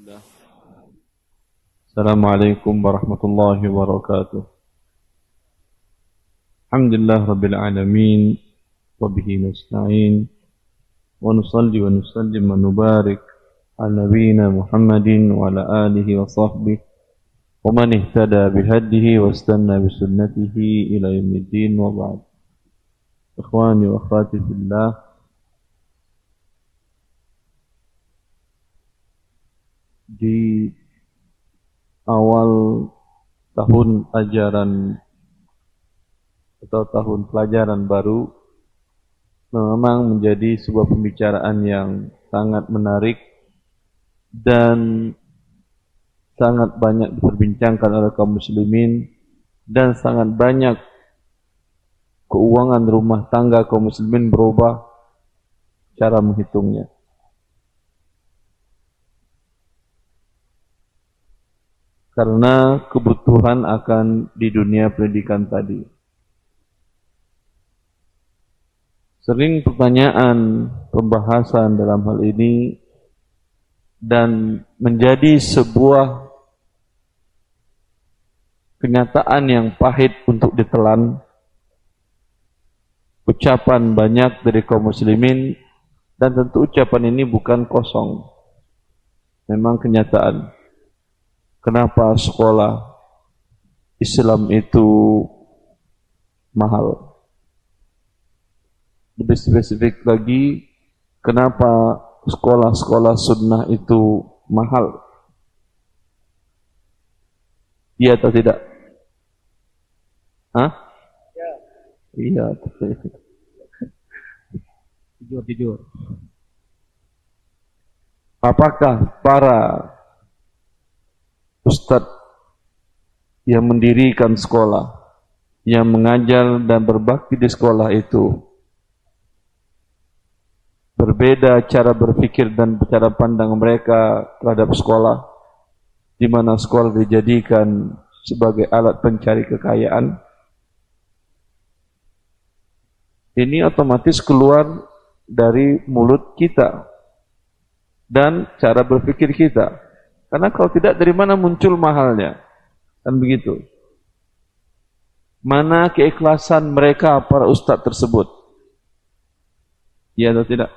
Bismillah. Assalamualaikum warahmatullahi wabarakatuh. Alhamdulillah rabbil alamin wa bihi nasta'in wa nusalli wa nusallim wa nubarik ala nabiyyina Muhammadin wa ala alihi wa sahbihi wa man ihtada bihadihi wa istanna bi sunnatihi ila yaumiddin wa ba'd. Ikhwani wa akhwati fillah, di awal tahun ajaran atau tahun pelajaran baru memang menjadi sebuah pembicaraan yang sangat menarik dan sangat banyak diperbincangkan oleh kaum muslimin, dan sangat banyak keuangan rumah tangga kaum muslimin berubah cara menghitungnya. Karena kebutuhan akan di dunia pendidikan tadi. Sering pertanyaan, pembahasan dalam hal ini, dan menjadi sebuah kenyataan yang pahit untuk ditelan. Ucapan banyak dari kaum muslimin, dan tentu ucapan ini bukan kosong. Memang kenyataan. Kenapa sekolah Islam itu mahal? Lebih spesifik lagi, kenapa sekolah-sekolah sunnah itu mahal? Iya atau tidak? Hah? Ya. Iya. Jujur. Apakah para ustadz yang mendirikan sekolah, yang mengajar dan berbakti di sekolah itu berbeda cara berpikir dan cara pandang mereka terhadap sekolah, di mana sekolah dijadikan sebagai alat pencari kekayaan? Ini otomatis keluar dari mulut kita dan cara berpikir kita. Karena kalau tidak, dari mana muncul mahalnya? Kan begitu. Mana keikhlasan mereka para ustadz tersebut? Ya atau tidak?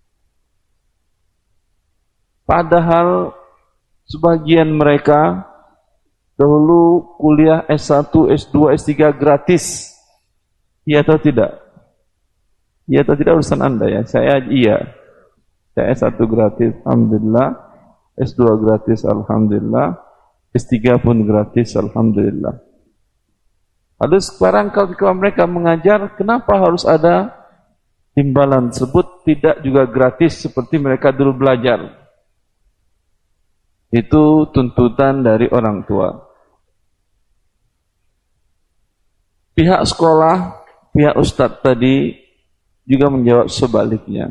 Padahal sebagian mereka dahulu kuliah S1, S2, S3 gratis. Ya atau tidak? Ya atau tidak urusan Anda ya? Saya iya. Saya S1 gratis, alhamdulillah. S2 gratis, alhamdulillah. S3 pun gratis, alhamdulillah. Lalu sekarang kalau mereka mengajar, kenapa harus ada timbalan tersebut tidak juga gratis seperti mereka dulu belajar? Itu tuntutan dari orang tua. Pihak sekolah, pihak ustadz tadi juga menjawab sebaliknya.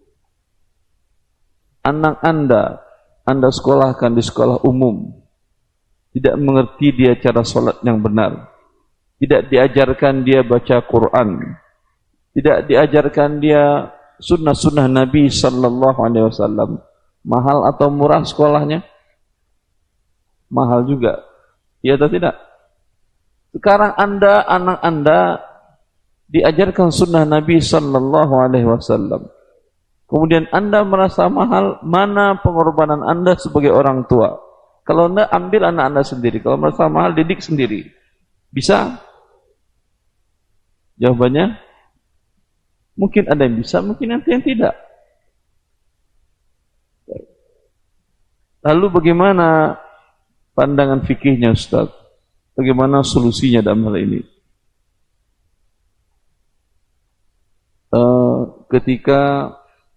Anak Anda sekolahkan di sekolah umum, tidak mengerti dia cara sholat yang benar, tidak diajarkan dia baca Quran, tidak diajarkan dia sunnah-sunnah Nabi sallallahu alaihi wasallam. Mahal atau murah sekolahnya? Mahal juga. Ya atau tidak? Sekarang anak Anda diajarkan sunnah Nabi sallallahu alaihi wasallam. Kemudian Anda merasa mahal, mana pengorbanan Anda sebagai orang tua? Kalau Anda ambil anak Anda sendiri, kalau merasa mahal, didik sendiri. Bisa? Jawabannya, mungkin ada yang bisa, mungkin nanti yang tidak. Lalu bagaimana pandangan fikihnya Ustaz? Bagaimana solusinya dalam hal ini? Ketika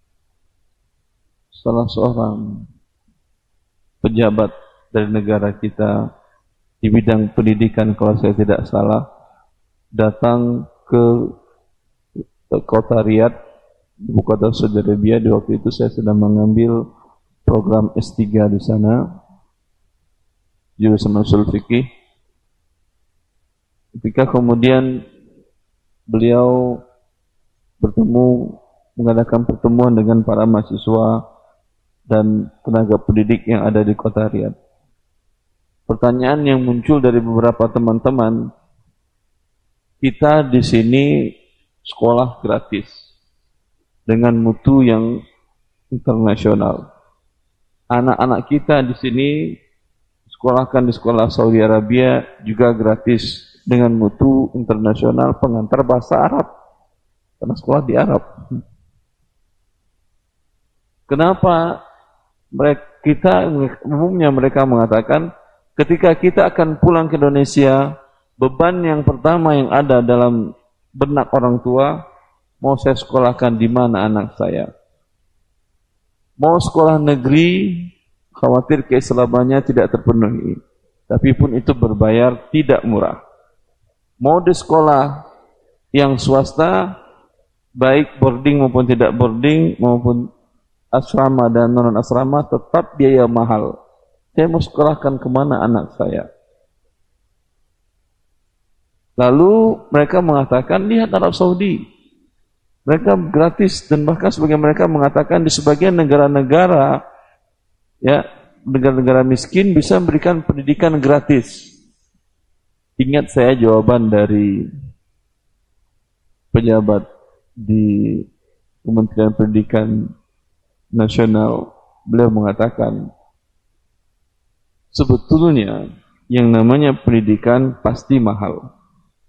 salah seorang pejabat dari negara kita di bidang pendidikan, kalau saya tidak salah, datang ke kota Riyadh, ibu kota Saudi Arabia. Di waktu itu saya sedang mengambil program S3 di sana, jurusan usul fikih. Ketika kemudian beliau mengadakan pertemuan dengan para mahasiswa dan tenaga pendidik yang ada di kota Riyadh. Pertanyaan yang muncul dari beberapa teman-teman, kita di sini sekolah gratis dengan mutu yang internasional. Anak-anak kita di sini sekolahkan di sekolah Saudi Arabia juga gratis dengan mutu internasional pengantar bahasa Arab karena sekolah di Arab. Kenapa umumnya mereka mengatakan ketika kita akan pulang ke Indonesia, beban yang pertama yang ada dalam benak orang tua, mau saya sekolahkan di mana anak saya? Mau sekolah negeri, khawatir keislamannya tidak terpenuhi. Tapi pun itu berbayar tidak murah. Mau di sekolah yang swasta, baik boarding maupun tidak boarding, maupun asrama dan non-asrama, tetap biaya mahal. Saya mau sekolahkan kemana anak saya? Lalu mereka mengatakan, lihat Arab Saudi. Mereka gratis, dan bahkan sebagian mereka mengatakan di sebagian negara-negara, ya, negara-negara miskin bisa memberikan pendidikan gratis. Ingat saya jawaban dari pejabat di Kementerian Pendidikan Nasional. Beliau mengatakan, sebetulnya yang namanya pendidikan pasti mahal.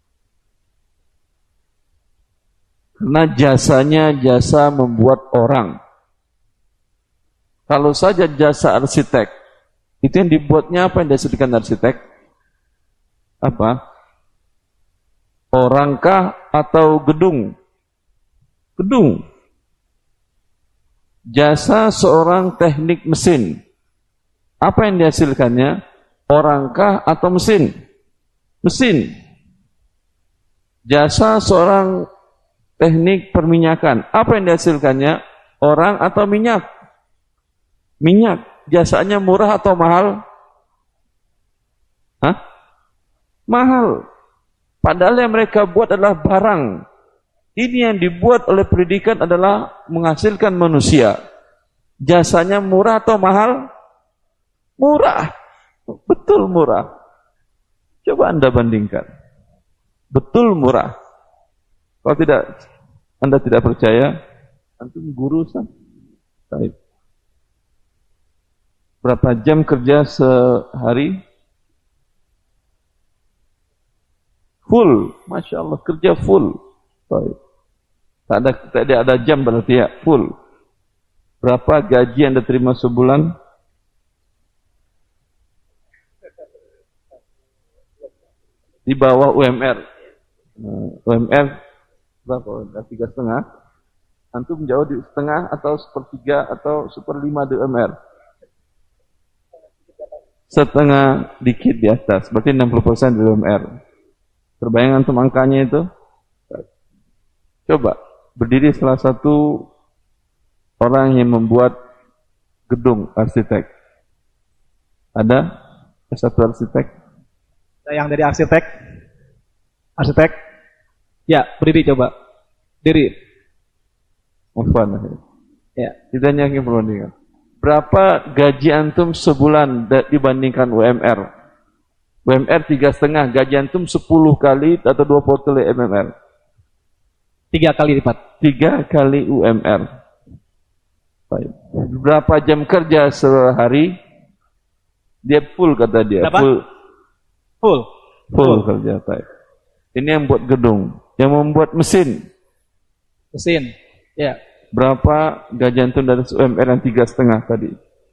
Karena jasanya jasa membuat orang. Kalau saja jasa arsitek, itu yang dibuatnya apa yang dihasilkan arsitek? Apa? Orangkah atau gedung? Gedung. Jasa seorang teknik mesin, apa yang dihasilkannya? Orangkah atau mesin? Mesin. Jasa seorang teknik perminyakan, apa yang dihasilkannya? Orang atau minyak? Minyak. Jasanya murah atau mahal? Hah? Mahal. Padahal yang mereka buat adalah barang. Ini yang dibuat oleh pendidikan adalah menghasilkan manusia. Jasanya murah atau mahal? Murah. Betul murah. Coba Anda bandingkan. Betul murah. Kalau tidak, Anda tidak percaya, antum guru sah. Baik. Berapa jam kerja sehari? Full, Masya Allah, kerja full. Baik. Tak ada jam berarti ya, full. Berapa gaji Anda terima sebulan? Di bawah UMR. UMR berapa? 3,5. Antum jauh di setengah atau sepertiga atau seperlima di UMR. Setengah dikit di atas, berarti 60% di UMR. Terbayang antum angkanya itu? Coba berdiri salah satu orang yang membuat gedung arsitek. Ada satu arsitek? Yang dari arsitek? Arsitek? Ya, berdiri coba. Diri. Ufan. Ya. Kita nyanyi perbandingan. Berapa gaji antum sebulan dibandingkan UMR? UMR 3,5, gaji antum 10 kali atau 20 kali UMR? 3 kali lipat. 3 kali UMR. Baik. Berapa jam kerja sehari? Dia full kata dia. Berapa? Full kerja. Baik. Ini yang buat gedung. Yang membuat mesin. Mesin. Ya. Berapa gaji antum dari UMR yang 3,5 tadi?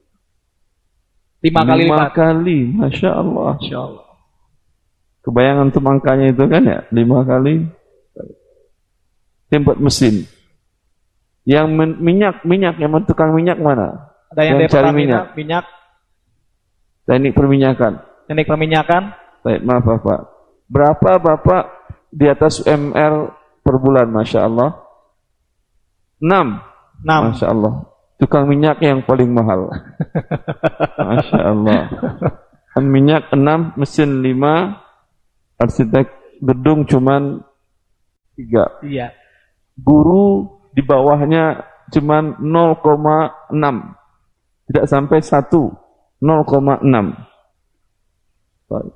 5 kali lipat. 5 kali, Masya Allah. Masya Allah. Kebayang antum angkanya itu kan ya? 5 kali. Yang buat mesin. Yang minyak, yang tukang minyak mana? Ada yang dari cari minyak. Teknik perminyakan. Teknik perminyakan. Baik, maaf Bapak. Berapa Bapak di atas UMR per bulan, Masya Allah? 6. Masya Allah. Tukang minyak yang paling mahal. Masya Allah. Kan minyak 6, mesin 5, arsitek gedung cuman 3. Iya. Guru di bawahnya cuman 0,6. Tidak sampai 1, 0,6. Baik.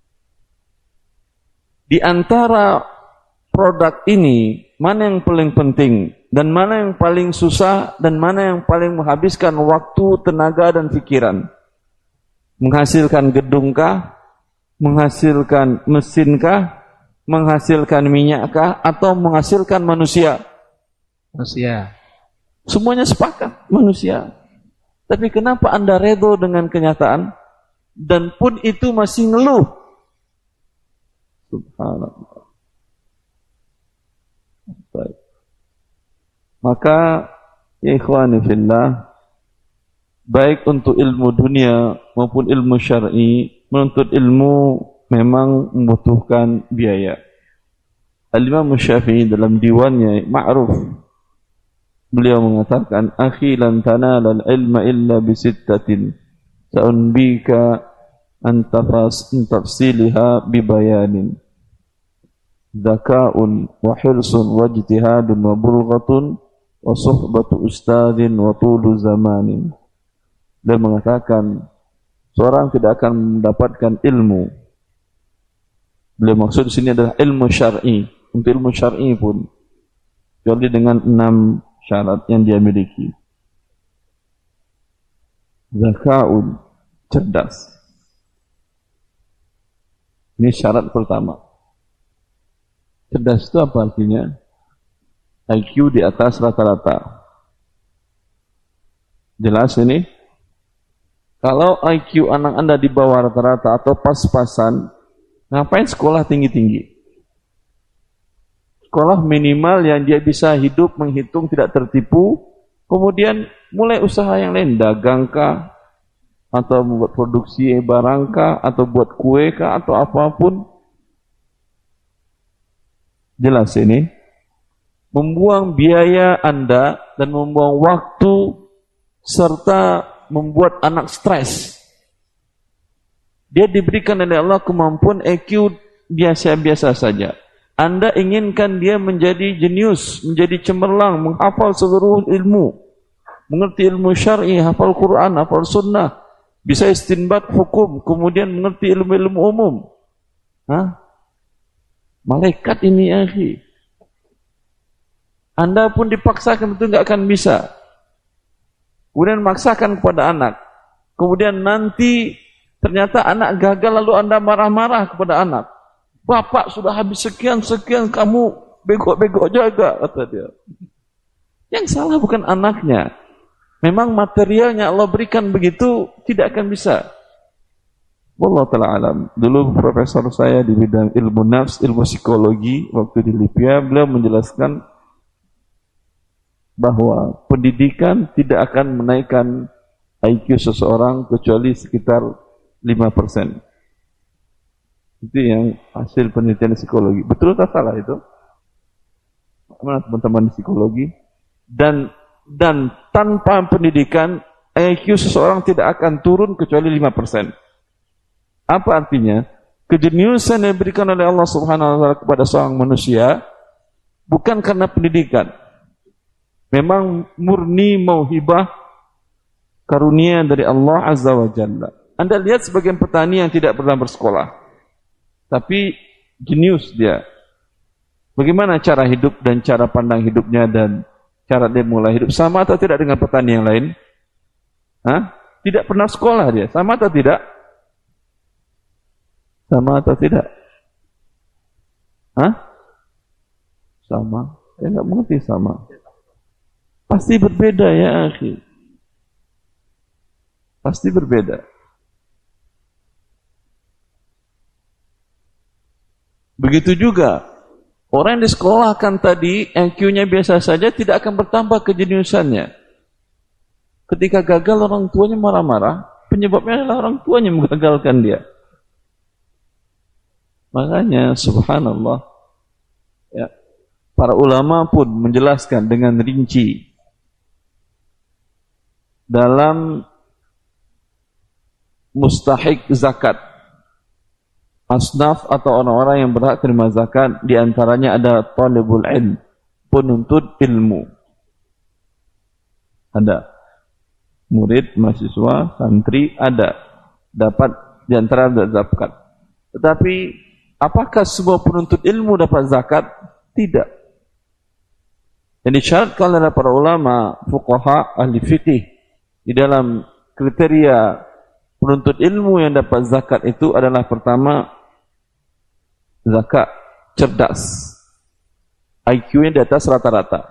Di antara produk ini, mana yang paling penting dan mana yang paling susah dan mana yang paling menghabiskan waktu, tenaga dan pikiran? Menghasilkan gedungkah? Menghasilkan mesinkah? Menghasilkan minyakkah? Atau menghasilkan manusia? Manusia. Semuanya sepakat, manusia. Tapi kenapa Anda redha dengan kenyataan? Dan pun itu masih ngeluh. Subhanallah. Baik. Maka ya ikhwani fillah, baik untuk ilmu dunia maupun ilmu syar'i, menuntut ilmu memang membutuhkan biaya. Al-Imam Syafi'i dalam diwannya Ma'ruf, beliau mengatakan, "Akhi lan tanala al-ilma illa bi sittatin, sa'unbika an tafsiliha bi bayanin. Zaka'un wa hirsun wa ijtihadun wa bulghatun wa suhbatu ustadin wa tulu zamanin." Dia mengatakan seorang tidak akan mendapatkan ilmu. Beliau maksud di sini adalah ilmu syar'i. Untuk ilmu syar'i pun kecuali dengan 6 syarat yang dia miliki. Zaka'un, cerdas. Ini syarat pertama. Cerdas itu apa artinya? IQ di atas rata-rata. Jelas ini? Kalau IQ anak Anda di bawah rata-rata atau pas-pasan, ngapain sekolah tinggi-tinggi? Sekolah minimal yang dia bisa hidup, menghitung, tidak tertipu, kemudian mulai usaha yang lain, dagangkah, atau membuat produksi barangkah, atau buat kuekah, atau apapun. Jelas ini? Membuang biaya Anda dan membuang waktu serta membuat anak stres. Dia diberikan oleh Allah kemampuan IQ biasa-biasa saja. Anda inginkan dia menjadi jenius, menjadi cemerlang, menghafal seluruh ilmu, mengerti ilmu syar'i, hafal Quran, hafal sunnah, bisa istinbat hukum, kemudian mengerti ilmu-ilmu umum. Malaikat ini ya akhi. Anda pun dipaksakan itu enggak akan bisa. Kemudian memaksakan kepada anak. Kemudian nanti ternyata anak gagal lalu Anda marah-marah kepada anak. Bapak sudah habis sekian-sekian, kamu bego-bego jaga, kata dia. Yang salah bukan anaknya. Memang materialnya Allah berikan begitu, tidak akan bisa. Wallahu ta'ala alam. Dulu profesor saya di bidang ilmu nafs, ilmu psikologi, waktu di Libya, beliau menjelaskan bahwa pendidikan tidak akan menaikkan IQ seseorang kecuali sekitar 5%. Itu yang hasil penelitian psikologi. Betul atau salah itu? Mana teman-teman psikologi? Dan tanpa pendidikan IQ seseorang tidak akan turun kecuali 5%. Apa artinya? Kejeniusan yang diberikan oleh Allah Subhanahu wa taala kepada seorang manusia bukan karena pendidikan. Memang murni mauhibah karunia dari Allah Azza wa Jalla. Anda lihat sebagian petani yang tidak pernah bersekolah, tapi jenius dia. Bagaimana cara hidup dan cara pandang hidupnya dan cara dia mulai hidup, sama atau tidak dengan petani yang lain? Tidak pernah sekolah dia, sama atau tidak? Sama atau tidak? Sama. Saya enggak mengerti sama. Pasti berbeda ya akhi. Pasti berbeda. Begitu juga orang yang disekolahkan tadi IQ-nya biasa saja tidak akan bertambah kejeniusannya. Ketika gagal orang tuanya marah-marah, penyebabnya adalah orang tuanya menggagalkan dia. Makanya subhanallah ya, para ulama pun menjelaskan dengan rinci dalam mustahik zakat, asnaf atau orang-orang yang berhak terima zakat, di antaranya ada talibul ilm, penuntut ilmu. Ada. murid, mahasiswa, santri ada dapat di antara zakat. Tetapi apakah semua penuntut ilmu dapat zakat? Tidak. Yang disyaratkan oleh para ulama, fuqaha, ahli fikih di dalam kriteria penuntut ilmu yang dapat zakat itu adalah pertama, zakat cerdas. IQ-nya di atas rata-rata.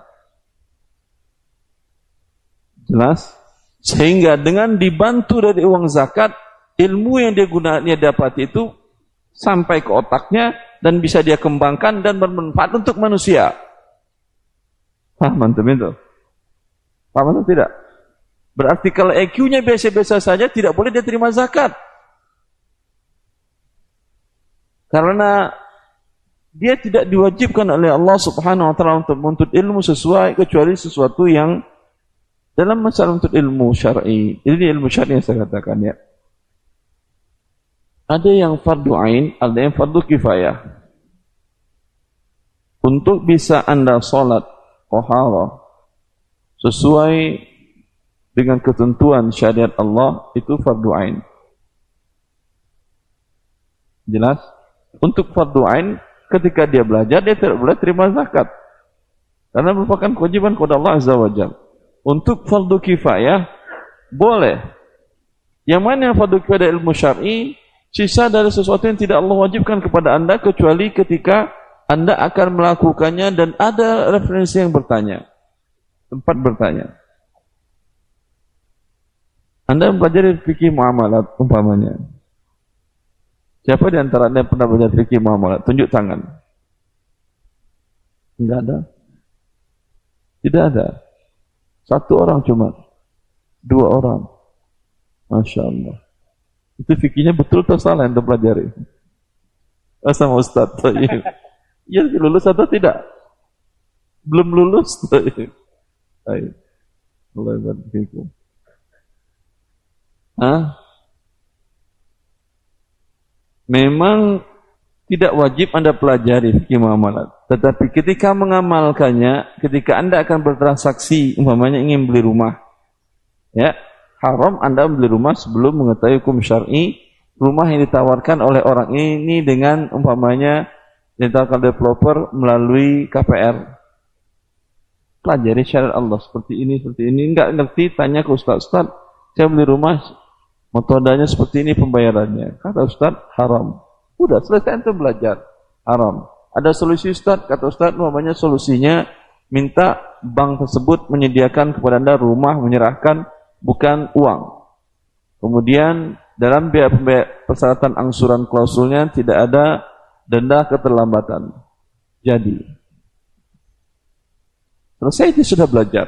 Jelas? Sehingga dengan dibantu dari uang zakat, ilmu yang dia dapat itu sampai ke otaknya dan bisa dia kembangkan dan bermanfaat untuk manusia. Paham antum itu? Paham atau tidak? Berarti kalau IQ-nya biasa-biasa saja, tidak boleh dia terima zakat. Karena dia tidak diwajibkan oleh Allah Subhanahu wa taala untuk menuntut ilmu sesuai kecuali sesuatu yang dalam masalah menuntut ilmu syar'i. Ini ilmu syar'i yang saya katakan ya. Ada yang fardu ain, ada yang fardu kifayah. Untuk bisa Anda salat taharah sesuai dengan ketentuan syariat Allah, itu fardu ain. Jelas? Untuk fardu ain, ketika dia belajar, dia tidak boleh terima zakat. Karena merupakan kewajiban kepada Allah Azza wa Jalla. Untuk fardu kifayah, boleh. Yang mana yang fardu kifayah ilmu syar'i, sisa dari sesuatu yang tidak Allah wajibkan kepada Anda, kecuali ketika Anda akan melakukannya dan ada referensi yang bertanya. Tempat bertanya. Anda mempelajari fikih muamalat, umpamanya. Siapa di antara Anda yang pernah belajar fikih muamalat? Tunjuk tangan. Enggak ada? Tidak ada. Satu orang cuma. Dua orang. Masya Allah. Itu fikihnya betul atau salah yang Anda pelajari? Sama Ustaz. Ya, lulus atau tidak? Belum lulus? Baik. Allah berfirman. Memang tidak wajib Anda pelajari fikih muamalat. Tetapi ketika mengamalkannya, ketika Anda akan bertransaksi, umpamanya ingin beli rumah, ya, haram Anda beli rumah sebelum mengetahui hukum syar'i rumah yang ditawarkan oleh orang ini dengan umpamanya ditawarkan developer melalui KPR. Pelajari syariat Allah seperti ini. Enggak ngerti, tanya ke Ustaz, saya beli rumah, metodenya seperti ini pembayarannya. Kata Ustaz, haram. Udah selesai itu belajar. Haram. Ada solusi Ustaz, kata Ustaz, namanya solusinya minta bank tersebut menyediakan kepada Anda rumah, menyerahkan bukan uang. Kemudian dalam biaya persyaratan angsuran klausulnya tidak ada denda keterlambatan. Jadi selesai, itu sudah belajar.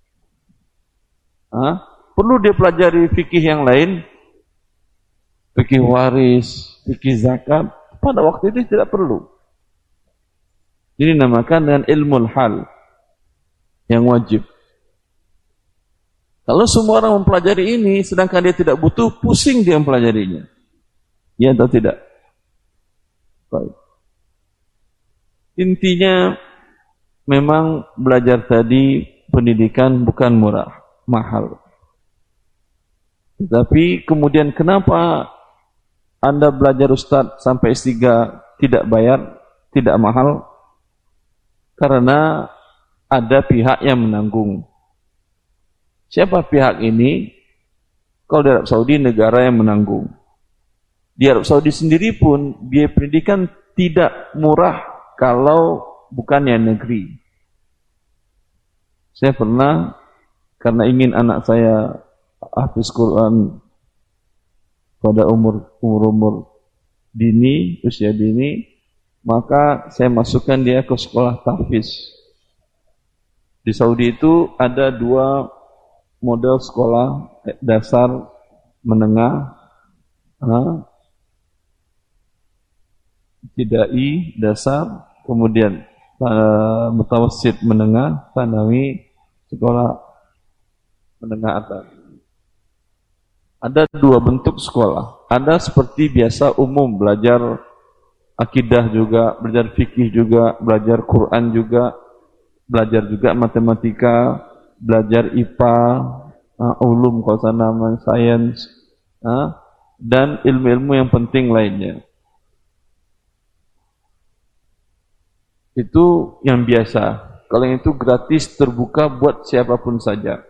Perlu dia pelajari fikih yang lain, fikih waris, fikih zakat. Pada waktu itu tidak perlu. Ini dinamakan dengan ilmu hal yang wajib. Kalau semua orang mempelajari ini, sedangkan dia tidak butuh, pusing dia mempelajarinya. Ya atau tidak? Baik. Intinya, memang belajar tadi, pendidikan bukan murah, mahal. Tetapi kemudian kenapa Anda belajar Ustaz sampai S3 tidak bayar, tidak mahal? Karena ada pihak yang menanggung. Siapa pihak ini? Kalau di Arab Saudi, negara yang menanggung. Di Arab Saudi sendiri pun biaya pendidikan tidak murah kalau bukan yang negeri. Saya pernah, karena ingin anak saya hafiz Quran pada umur dini, usia dini, maka saya masukkan dia ke sekolah tahfiz. Di Saudi itu ada dua model sekolah, dasar, menengah, ibtidai, dasar, kemudian mutawassit menengah, tsanawi, sekolah menengah atas. Ada dua bentuk sekolah. Ada seperti biasa umum, belajar akidah juga, belajar fikih juga, belajar Quran juga, belajar juga matematika, belajar IPA, ulum kalau sana sains, dan ilmu-ilmu yang penting lainnya. Itu yang biasa. Kalau yang itu gratis terbuka buat siapapun saja.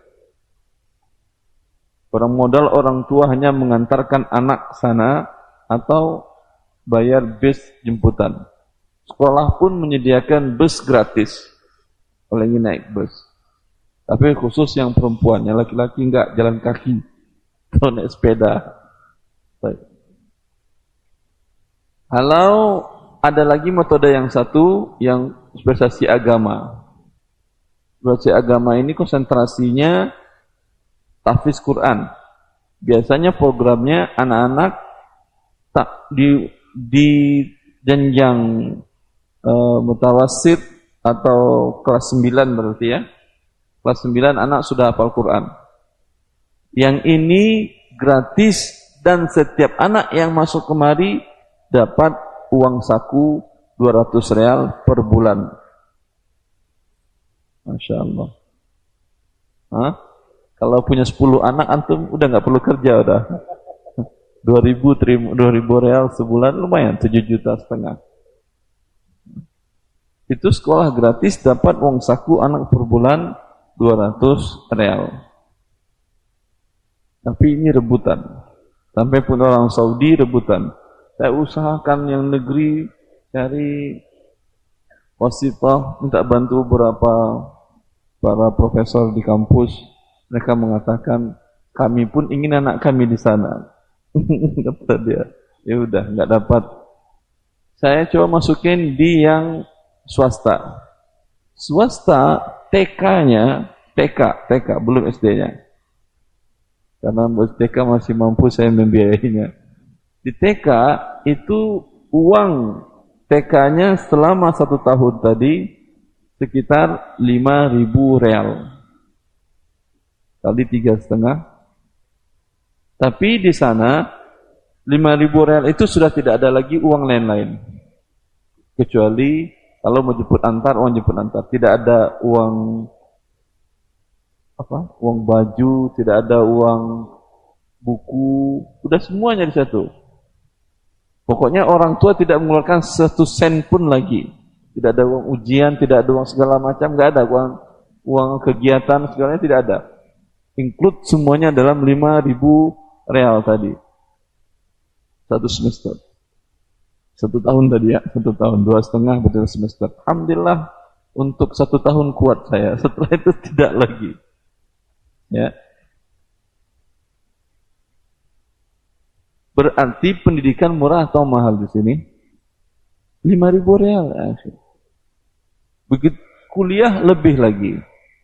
Orang modal orang tua hanya mengantarkan anak sana atau bayar bis jemputan. Sekolah pun menyediakan bus gratis. Kalau ingin naik bus. Tapi khusus yang perempuan, yang laki-laki enggak jalan kaki atau naik sepeda. Baik. Kalau ada lagi metode yang satu, yang spesialisasi agama. Spesialisasi agama ini konsentrasinya tahfiz Quran. Biasanya programnya anak-anak tak di jenjang mutawasid atau kelas 9 berarti ya. Kelas 9 anak sudah hafal Quran. Yang ini gratis dan setiap anak yang masuk kemari dapat uang saku 200 real per bulan. Masya Allah. Kalau punya 10 anak antum udah nggak perlu kerja udah. 2.000 real sebulan lumayan 7,5 juta. Itu sekolah gratis dapat uang saku anak per bulan 200 real. Tapi ini rebutan. Sampai pun orang Saudi rebutan. Saya usahakan yang negeri cari wasitah, minta bantu beberapa para profesor di kampus. Mereka mengatakan kami pun ingin anak kami di sana. Kata dia, ya udah nggak dapat. Saya coba masukin di yang swasta. Swasta TK-nya TK belum SD-nya. Karena TK masih mampu saya membiayainya. Di TK itu uang TK-nya selama 1 tahun tadi sekitar 5.000 real. Kali 3,5. Tapi di sana 5.000 real itu sudah tidak ada lagi uang lain-lain. Kecuali kalau mau jemput antar, uang jemput antar. Tidak ada uang uang baju, tidak ada uang buku, udah semuanya di situ. Pokoknya orang tua tidak mengeluarkan 1 sen pun lagi. Tidak ada uang ujian, tidak ada uang segala macam, enggak ada uang kegiatan segalanya tidak ada. Include semuanya dalam 5.000 real tadi. 1 semester. 1 tahun tadi ya, 1 tahun, 2,5 betul semester. Alhamdulillah untuk 1 tahun kuat saya. Setelah itu tidak lagi. Ya. Berarti pendidikan murah atau mahal di sini? 5.000 real. Begitu kuliah lebih lagi.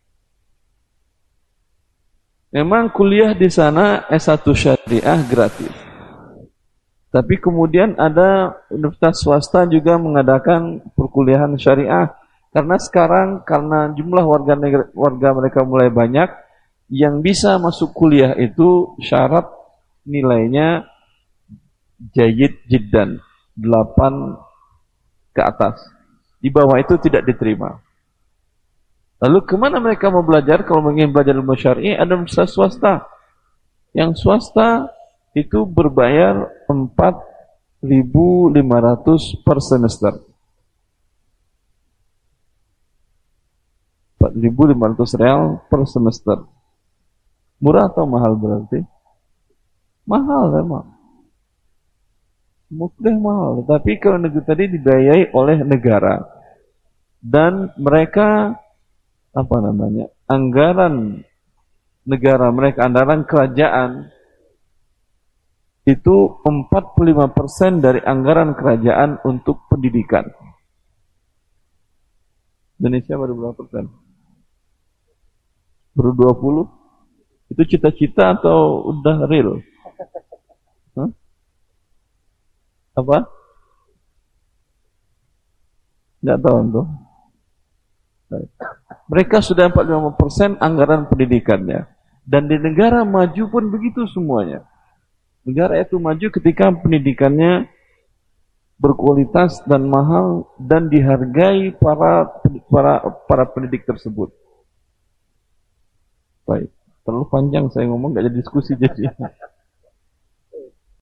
Memang kuliah di sana S1 syariah gratis. Tapi kemudian ada universitas swasta juga mengadakan perkuliahan syariah. Karena sekarang karena jumlah warga mereka mulai banyak, yang bisa masuk kuliah itu syarat nilainya jayyid jiddan 8 ke atas. Di bawah itu tidak diterima. Lalu kemana mereka mau belajar? Kalau ingin belajar ilmu syar'i ada universitas swasta. Yang swasta itu berbayar 4.500 per semester. 4.500 real per semester. Murah atau mahal berarti? Mahal memang. Mungkin mahal. Tapi kalau negeri tadi dibiayai oleh negara. Dan mereka anggaran negara mereka, anggaran kerajaan itu 45% dari anggaran kerajaan untuk pendidikan. Indonesia baru berapa persen? Baru 20? Itu cita-cita atau udah real? Apa? Nggak tahu tuh. Mereka sudah 45% anggaran pendidikannya. Dan di negara maju pun begitu semuanya. Negara itu maju ketika pendidikannya berkualitas dan mahal dan dihargai para pendidik tersebut. Baik. Terlalu panjang saya ngomong, nggak jadi diskusi jadi.